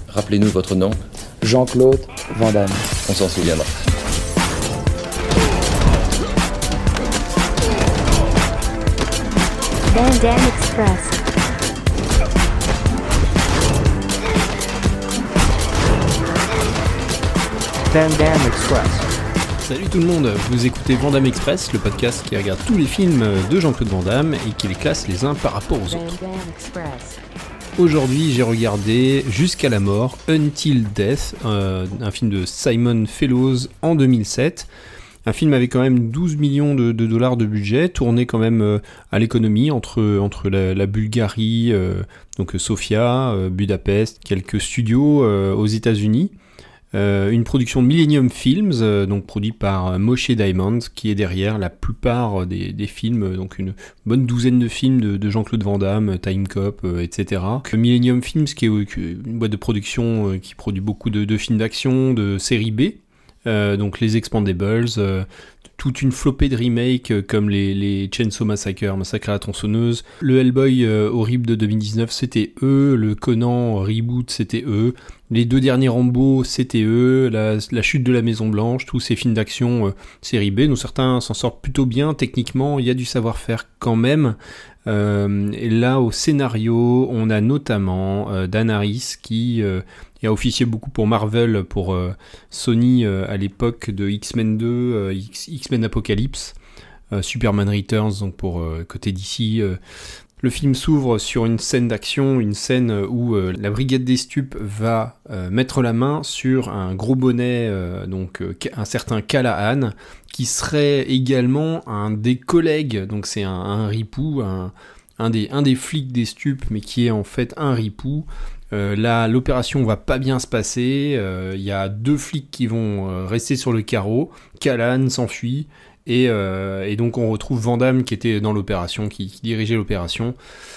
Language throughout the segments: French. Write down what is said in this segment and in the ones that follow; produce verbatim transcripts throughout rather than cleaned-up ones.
Rappelez-nous votre nom. Jean-Claude Van Damme. On s'en souviendra. Van Damme Express. Van Damme Express. Salut tout le monde, vous écoutez Van Damme Express, le podcast qui regarde tous les films de Jean-Claude Van Damme et qui les classe les uns par rapport aux autres. Aujourd'hui, j'ai regardé Jusqu'à la mort, Until Death, euh, un film de Simon Fellows en deux mille sept. Un film avec quand même douze millions de, de dollars de budget, tourné quand même euh, à l'économie entre, entre la, la Bulgarie, euh, donc Sofia, euh, Budapest, quelques studios euh, aux États-Unis. Euh, une production Millennium Films, euh, donc produit par Moshe Diamond, qui est derrière la plupart des, des films, donc une bonne douzaine de films de, de Jean-Claude Van Damme, Time Cop, euh, et cetera. Donc, Millennium Films, qui est une boîte de production euh, qui produit beaucoup de, de films d'action, de série B, euh, donc les Expendables, euh, toute une flopée de remakes euh, comme les, les Chainsaw Massacre, Massacre à la tronçonneuse, le Hellboy euh, horrible de deux mille dix-neuf, c'était eux, le Conan reboot, c'était eux. Les deux derniers Rambo, c'était eux, la, la chute de la Maison Blanche, tous ces films d'action euh, série B, dont certains s'en sortent plutôt bien, techniquement, il y a du savoir-faire quand même. Euh, et là, au scénario, on a notamment euh, Dan Harris qui euh, a officié beaucoup pour Marvel, pour euh, Sony euh, à l'époque de X-Men deux, euh, X- X-Men Apocalypse, euh, Superman Returns, donc pour euh, côté D C. Euh, Le film s'ouvre sur une scène d'action, une scène où euh, la brigade des stupes va euh, mettre la main sur un gros bonnet, euh, donc euh, un certain Callahan, qui serait également un des collègues, donc c'est un, un ripou, un, un, des, un des flics des stupes, mais qui est en fait un ripou. Euh, là, l'opération va pas bien se passer, il euh, y a deux flics qui vont euh, rester sur le carreau, Callahan s'enfuit, Et, euh, et donc on retrouve Van Damme qui était dans l'opération, qui, qui dirigeait l'opération,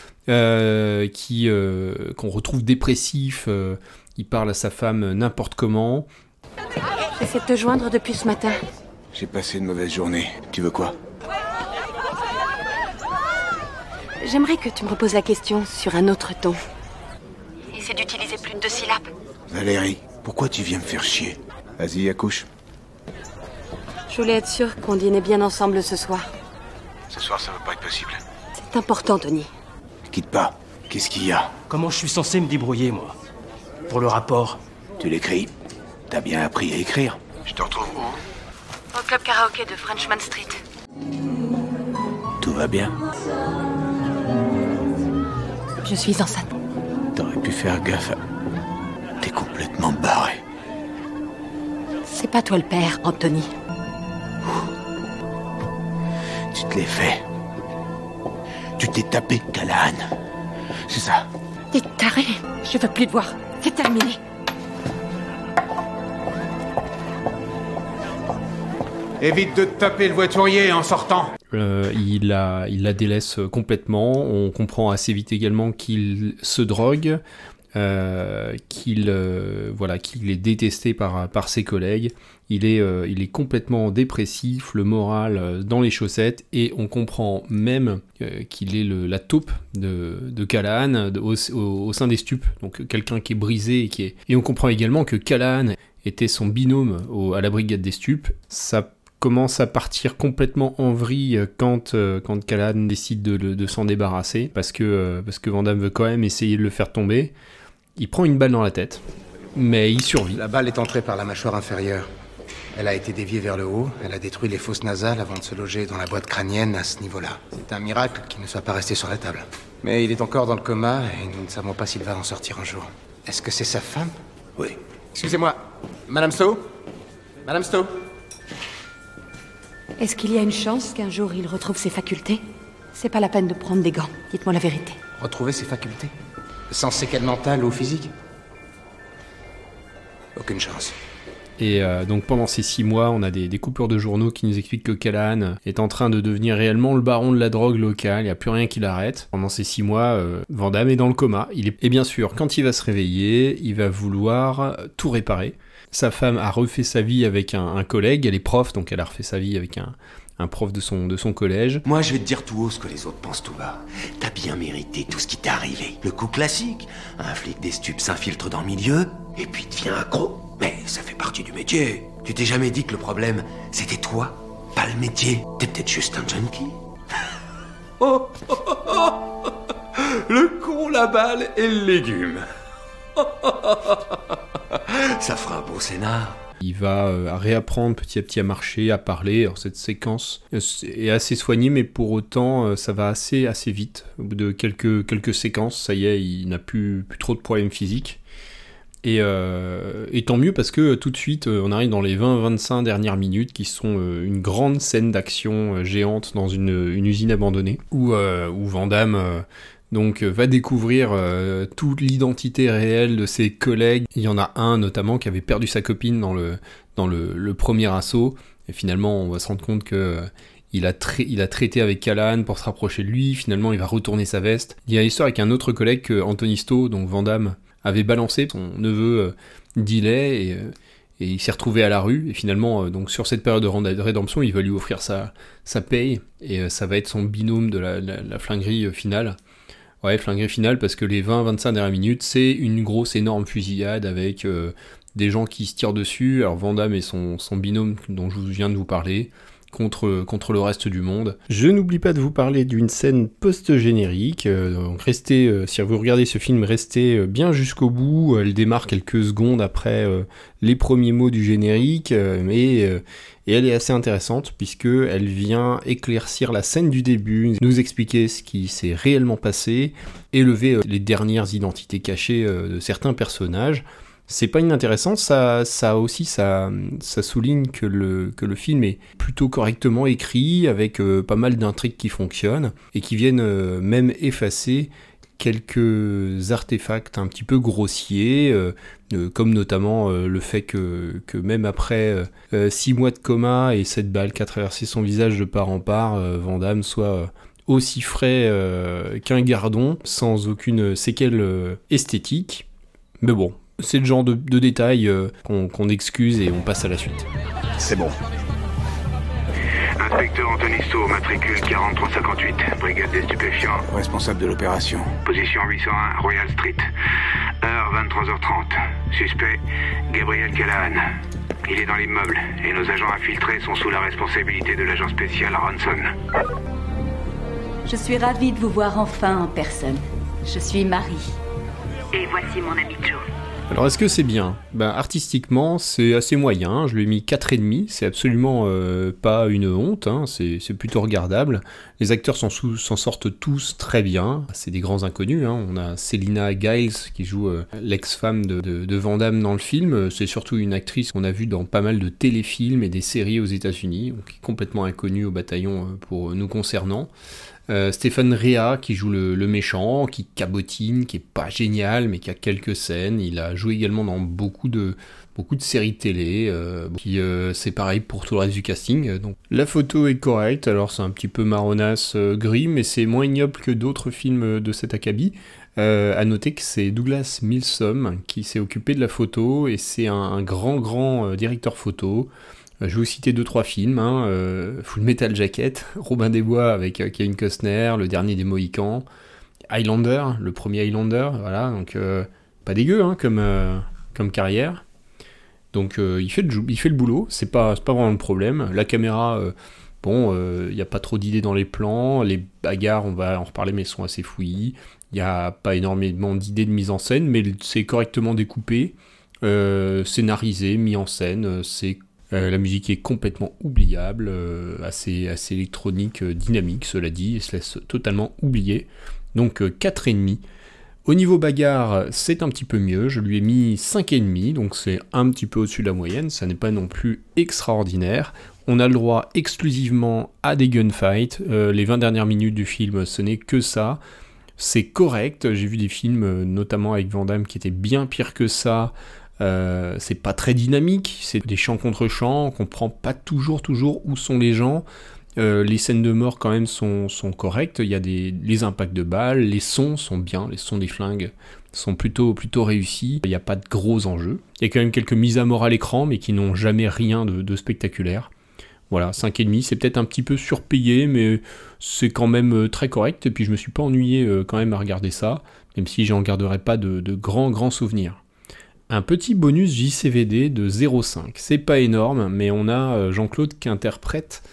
euh, qui, euh, qu'on retrouve dépressif, euh, il parle à sa femme n'importe comment. J'essaie de te joindre depuis ce matin. J'ai passé une mauvaise journée. Tu veux quoi? J'aimerais que tu me reposes la question sur un autre ton. Essaie d'utiliser plus de deux syllabes. Valérie, pourquoi tu viens me faire chier? Vas-y, accouche. Je voulais être sûre qu'on dînait bien ensemble ce soir. Ce soir, ça va pas être possible. C'est important, Tony. Quitte pas. Qu'est-ce qu'il y a? Comment je suis censé me débrouiller, moi? Pour le rapport? Tu l'écris? T'as bien appris à écrire? Je te retrouve où? Au club karaoké de Frenchman Street. Tout va bien? Je suis enceinte. T'aurais pu faire gaffe. T'es complètement barré. C'est pas toi le père, Anthony. Tu te l'es fait. Tu t'es tapé, Callahan. C'est ça. T'es taré. Je veux plus te voir. C'est terminé. Évite de te taper le voiturier en sortant. Euh, il, la, il la délaisse complètement. On comprend assez vite également qu'il se drogue, euh, qu'il, euh, voilà, qu'il est détesté par, par ses collègues. Il est, euh, il est complètement dépressif, le moral euh, dans les chaussettes, et on comprend même euh, qu'il est le, la taupe de, de Callahan de, au, au, au sein des stupes, donc quelqu'un qui est brisé. Et, qui est... et on comprend également que Callahan était son binôme au, à la brigade des stupes. Ça commence à partir complètement en vrille quand, euh, quand Callahan décide de, de, de s'en débarrasser, parce que, euh, parce que Van Damme veut quand même essayer de le faire tomber. Il prend une balle dans la tête, mais il survit. La balle est entrée par la mâchoire inférieure. Elle a été déviée vers le haut, elle a détruit les fosses nasales avant de se loger dans la boîte crânienne à ce niveau-là. C'est un miracle qu'il ne soit pas resté sur la table. Mais il est encore dans le coma et nous ne savons pas s'il va en sortir un jour. Est-ce que c'est sa femme? Oui. Excusez-moi, Madame Stowe? Madame Stowe? Est-ce qu'il y a une chance qu'un jour il retrouve ses facultés? C'est pas la peine de prendre des gants. Dites-moi la vérité. Retrouver ses facultés? Sans séquelles mentales ou physiques? Aucune chance. Et euh, donc pendant ces six mois, on a des, des coupures de journaux qui nous expliquent que Callahan est en train de devenir réellement le baron de la drogue locale, il n'y a plus rien qui l'arrête. Pendant ces six mois, euh, Van Damme est dans le coma. Il est... Et bien sûr, quand il va se réveiller, il va vouloir tout réparer. Sa femme a refait sa vie avec un, un collègue, elle est prof, donc elle a refait sa vie avec un, un prof de son, de son collège. Moi, je vais te dire tout haut ce que les autres pensent tout bas. T'as bien mérité tout ce qui t'est arrivé. Le coup classique, un flic des stupes s'infiltre dans le milieu, et puis devient accro. Mais ça fait partie du métier. Tu t'es jamais dit que le problème, c'était toi, pas le métier. T'es peut-être juste un junkie. Oh, oh, oh, oh. Le con, la balle et le légume. Ça fera un beau scénar. Il va euh, réapprendre petit à petit à marcher, à parler. Alors cette séquence est assez soignée, mais pour autant, euh, ça va assez, assez vite. Au bout de quelques, quelques séquences, ça y est, il n'a plus, plus trop de problèmes physiques. Et, euh, et tant mieux parce que tout de suite, euh, on arrive dans les vingt à vingt-cinq dernières minutes qui sont euh, une grande scène d'action euh, géante dans une, une usine abandonnée où, euh, où Van Damme... Euh, Donc, euh, va découvrir euh, toute l'identité réelle de ses collègues. Il y en a un, notamment, qui avait perdu sa copine dans le, dans le, le premier assaut. Et finalement, on va se rendre compte que euh, il, a tra- il a traité avec Callahan pour se rapprocher de lui. Finalement, il va retourner sa veste. Il y a l'histoire avec un autre collègue que Anthony Stowe, donc Van Damme, avait balancé. Son neveu euh, Dillet, et, euh, et il s'est retrouvé à la rue. Et finalement, euh, donc, sur cette période de rédemption, il va lui offrir sa, sa paye. Et euh, ça va être son binôme de la, la, la flinguerie euh, finale. Ouais, flinguerie finale, parce que les vingt à vingt-cinq dernières minutes, c'est une grosse, énorme fusillade avec euh, des gens qui se tirent dessus. Alors Van Damme et son, son binôme dont je viens de vous parler, contre, contre le reste du monde. Je n'oublie pas de vous parler d'une scène post-générique. Euh, donc restez, euh, si vous regardez ce film, restez euh, bien jusqu'au bout. Elle démarre quelques secondes après euh, les premiers mots du générique, euh, et... Euh, Et elle est assez intéressante puisqu'elle vient éclaircir la scène du début, nous expliquer ce qui s'est réellement passé, et lever les dernières identités cachées de certains personnages. C'est pas inintéressant, ça, ça aussi, ça, ça souligne que le, que le film est plutôt correctement écrit, avec euh, pas mal d'intrigues qui fonctionnent, et qui viennent euh, même effacer quelques artefacts un petit peu grossiers, euh, euh, comme notamment euh, le fait que, que même après euh, six mois de coma et sept balles qui a traversé son visage de part en part, euh, Van Damme soit aussi frais euh, qu'un gardon, sans aucune séquelle euh, esthétique. Mais bon, c'est le genre de, de détails euh, qu'on, qu'on excuse et on passe à la suite. C'est bon. Inspecteur Anthony Stowe, matricule quarante-trois cinquante-huit, brigade des stupéfiants. Responsable de l'opération. Position huit cent un, Royal Street. Heure vingt-trois heures trente. Suspect, Gabriel Callahan. Il est dans l'immeuble, et nos agents infiltrés sont sous la responsabilité de l'agent spécial Ronson. Je suis ravie de vous voir enfin en personne. Je suis Marie. Et voici mon ami Joe. Alors est-ce que c'est bien ? Ben, artistiquement, c'est assez moyen, je lui ai mis quatre virgule cinq, c'est absolument euh, pas une honte, hein, c'est, c'est plutôt regardable. Les acteurs s'en, sou- s'en sortent tous très bien, c'est des grands inconnus, hein. On a Selina Giles qui joue euh, l'ex-femme de, de, de Van Damme dans le film, c'est surtout une actrice qu'on a vue dans pas mal de téléfilms et des séries aux États-Unis, donc qui est complètement inconnue au bataillon euh, pour nous concernant. Euh, Stephen Rea qui joue le, le méchant, qui cabotine, qui est pas génial mais qui a quelques scènes. Il a joué également dans beaucoup de, beaucoup de séries télé, euh, qui, euh, c'est pareil pour tout le reste du casting. Donc. La photo est correcte, alors c'est un petit peu marronasse euh, gris, mais c'est moins ignoble que d'autres films de cet acabit. Euh, à noter que c'est Douglas Milsom qui s'est occupé de la photo, et c'est un, un grand grand euh, directeur photo. Je vais vous citer deux trois films, hein, euh, Full Metal Jacket, Robin des Bois avec euh, Kevin Costner, Le Dernier des Mohicans, Highlander, le premier Highlander, voilà, donc euh, pas dégueu hein, comme, euh, comme carrière. Donc euh, il, fait le, il fait le boulot, c'est pas, c'est pas vraiment le problème. La caméra, euh, bon, il euh, n'y a pas trop d'idées dans les plans, les bagarres, on va en reparler, mais elles sont assez fouillis. Il n'y a pas énormément d'idées de mise en scène, mais c'est correctement découpé, euh, scénarisé, mis en scène, c'est Euh, la musique est complètement oubliable, euh, assez, assez électronique, euh, dynamique, cela dit, et se laisse totalement oublier. Donc euh, quatre virgule cinq. Au niveau bagarre, c'est un petit peu mieux, je lui ai mis cinq virgule cinq, donc c'est un petit peu au-dessus de la moyenne, ça n'est pas non plus extraordinaire. On a le droit exclusivement à des gunfights, euh, les vingt dernières minutes du film, ce n'est que ça. C'est correct, j'ai vu des films, notamment avec Van Damme, qui étaient bien pires que ça. Euh, c'est pas très dynamique, c'est des champs contre champs, on comprend pas toujours toujours où sont les gens. Euh, les scènes de mort quand même sont, sont correctes, il y a des, les impacts de balles, les sons sont bien, les sons des flingues sont plutôt, plutôt réussis, il n'y a pas de gros enjeux. Il y a quand même quelques mises à mort à l'écran, mais qui n'ont jamais rien de, de spectaculaire. Voilà, cinq virgule cinq, c'est peut-être un petit peu surpayé, mais c'est quand même très correct. Et puis je me suis pas ennuyé euh, quand même à regarder ça, même si j'en garderai pas de, de grands, grands souvenirs. Un petit bonus J C V D de zéro virgule cinq. C'est pas énorme, mais on a Jean-Claude qui interprète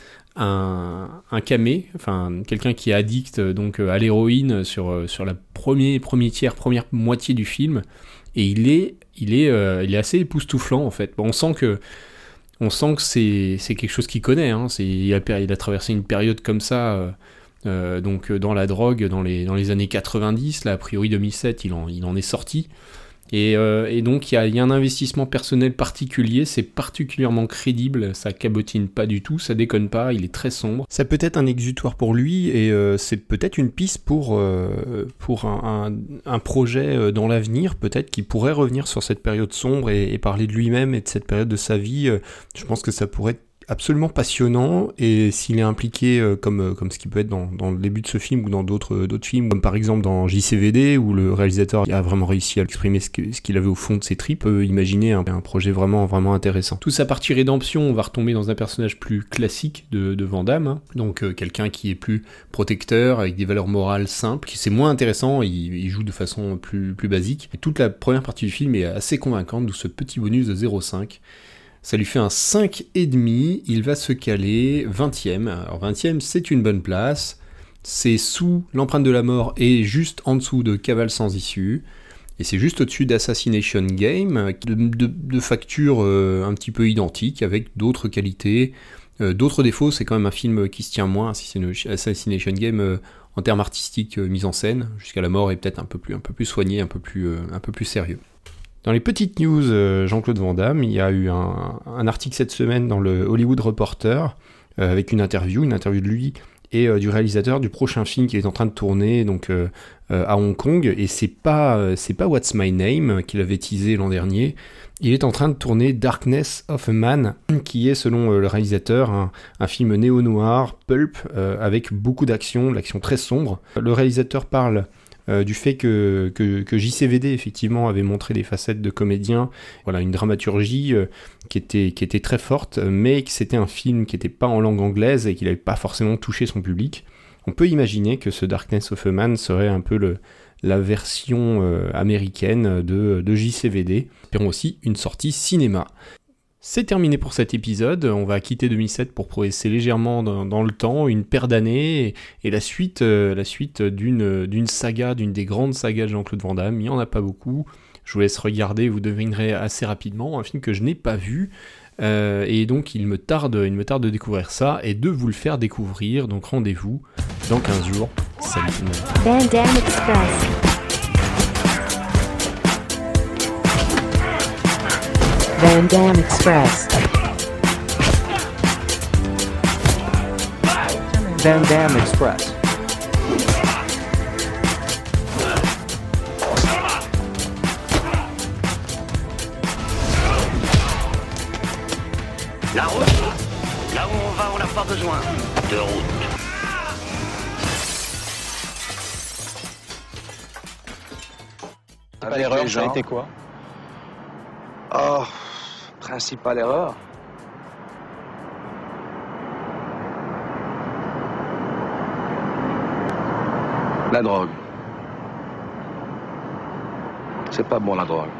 un, un camé, enfin quelqu'un qui est addict donc à l'héroïne sur, sur la première, premier tiers, première moitié du film, et il est, il est, euh, il est assez époustouflant en fait. Bon, on sent que On sent que c'est, c'est quelque chose qu'il connaît, hein. c'est, il, a, il a traversé une période comme ça, euh, euh, donc dans la drogue, dans les, dans les années quatre-vingt-dix, là a priori deux mille sept, il en, il en est sorti, et, euh, et donc il y, a, il y a un investissement personnel particulier, c'est particulièrement crédible, ça cabotine pas du tout, ça déconne pas, il est très sombre. Ça peut être un exutoire pour lui, et euh, c'est peut-être une piste pour, euh, pour un, un, un projet dans l'avenir, peut-être qu'il pourrait revenir sur cette période sombre et, et parler de lui-même et de cette période de sa vie. Je pense que ça pourrait être absolument passionnant, et s'il est impliqué euh, comme, comme ce qui peut être dans, dans le début de ce film ou dans d'autres, d'autres films, comme par exemple dans J C V D, où le réalisateur a vraiment réussi à exprimer ce, que, ce qu'il avait au fond de ses tripes, euh, imaginez un, un projet vraiment, vraiment intéressant. Tout sa partie rédemption, on va retomber dans un personnage plus classique de, de Van Damme, hein. donc euh, quelqu'un qui est plus protecteur, avec des valeurs morales simples, qui c'est moins intéressant, il, il joue de façon plus, plus basique. Et toute la première partie du film est assez convaincante, d'où ce petit bonus de zéro virgule cinq. Ça lui fait un cinq virgule cinq, il va se caler vingtième. Alors vingtième, c'est une bonne place, c'est sous l'empreinte de la mort et juste en dessous de Cavale sans issue, et c'est juste au-dessus d'Assassination Game, de, de, de facture euh, un petit peu identique, avec d'autres qualités, euh, d'autres défauts. C'est quand même un film qui se tient moins, Assassination Game, euh, en termes artistiques, euh, mise en scène, jusqu'à la mort, est peut-être un peu plus, un peu plus soigné, un peu plus, euh, un peu plus sérieux. Dans les petites news, euh, Jean-Claude Van Damme, il y a eu un, un article cette semaine dans le Hollywood Reporter, euh, avec une interview, une interview de lui et euh, du réalisateur du prochain film qu'il est en train de tourner donc, euh, euh, à Hong Kong, et c'est pas, euh, c'est pas What's My Name qu'il avait teasé l'an dernier, il est en train de tourner Darkness of a Man, qui est selon euh, le réalisateur un, un film néo-noir, pulp, euh, avec beaucoup d'action, de l'action très sombre. Le réalisateur parle Euh, du fait que, que, que J C V D effectivement avait montré des facettes de comédien, voilà, une dramaturgie euh, qui, était, qui était très forte, mais que c'était un film qui n'était pas en langue anglaise et qu'il n'avait pas forcément touché son public. On peut imaginer que ce Darkness of a Man serait un peu le, la version euh, américaine de, de J C V D. Espérons aussi une sortie cinéma. C'est terminé pour cet épisode, on va quitter deux mille sept pour progresser légèrement dans, dans le temps, une paire d'années, et, et la suite, euh, la suite d'une, d'une saga, d'une des grandes sagas de Jean-Claude Van Damme. Il n'y en a pas beaucoup, je vous laisse regarder, vous devinerez assez rapidement, un film que je n'ai pas vu, euh, et donc il me tarde, il me tarde de découvrir ça, et de vous le faire découvrir, donc rendez-vous dans quinze jours. Salut tout le monde. Van Damme Express. Van Damme Express. Van Damme Express. La route. Là où on va, on n'a pas besoin de route. Ah, l'erreur, ça a été quoi? Oh, principale erreur. La drogue. C'est pas bon, la drogue.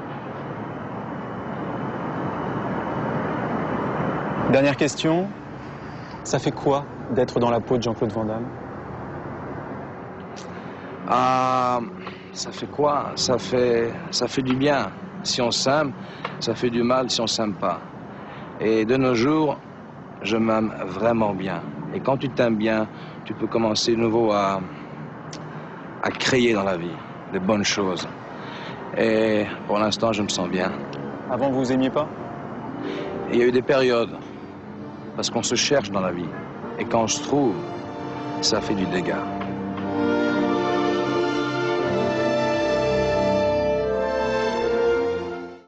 Dernière question. Ça fait quoi d'être dans la peau de Jean-Claude Van Damme? Ah, ça fait quoi? Ça fait, ça fait du bien. Si on s'aime, ça fait du mal si on s'aime pas. Et de nos jours, je m'aime vraiment bien. Et quand tu t'aimes bien, tu peux commencer de nouveau à, à créer dans la vie des bonnes choses. Et pour l'instant, je me sens bien. Avant, vous aimiez pas? Et il y a eu des périodes, parce qu'on se cherche dans la vie. Et quand on se trouve, ça fait du dégât.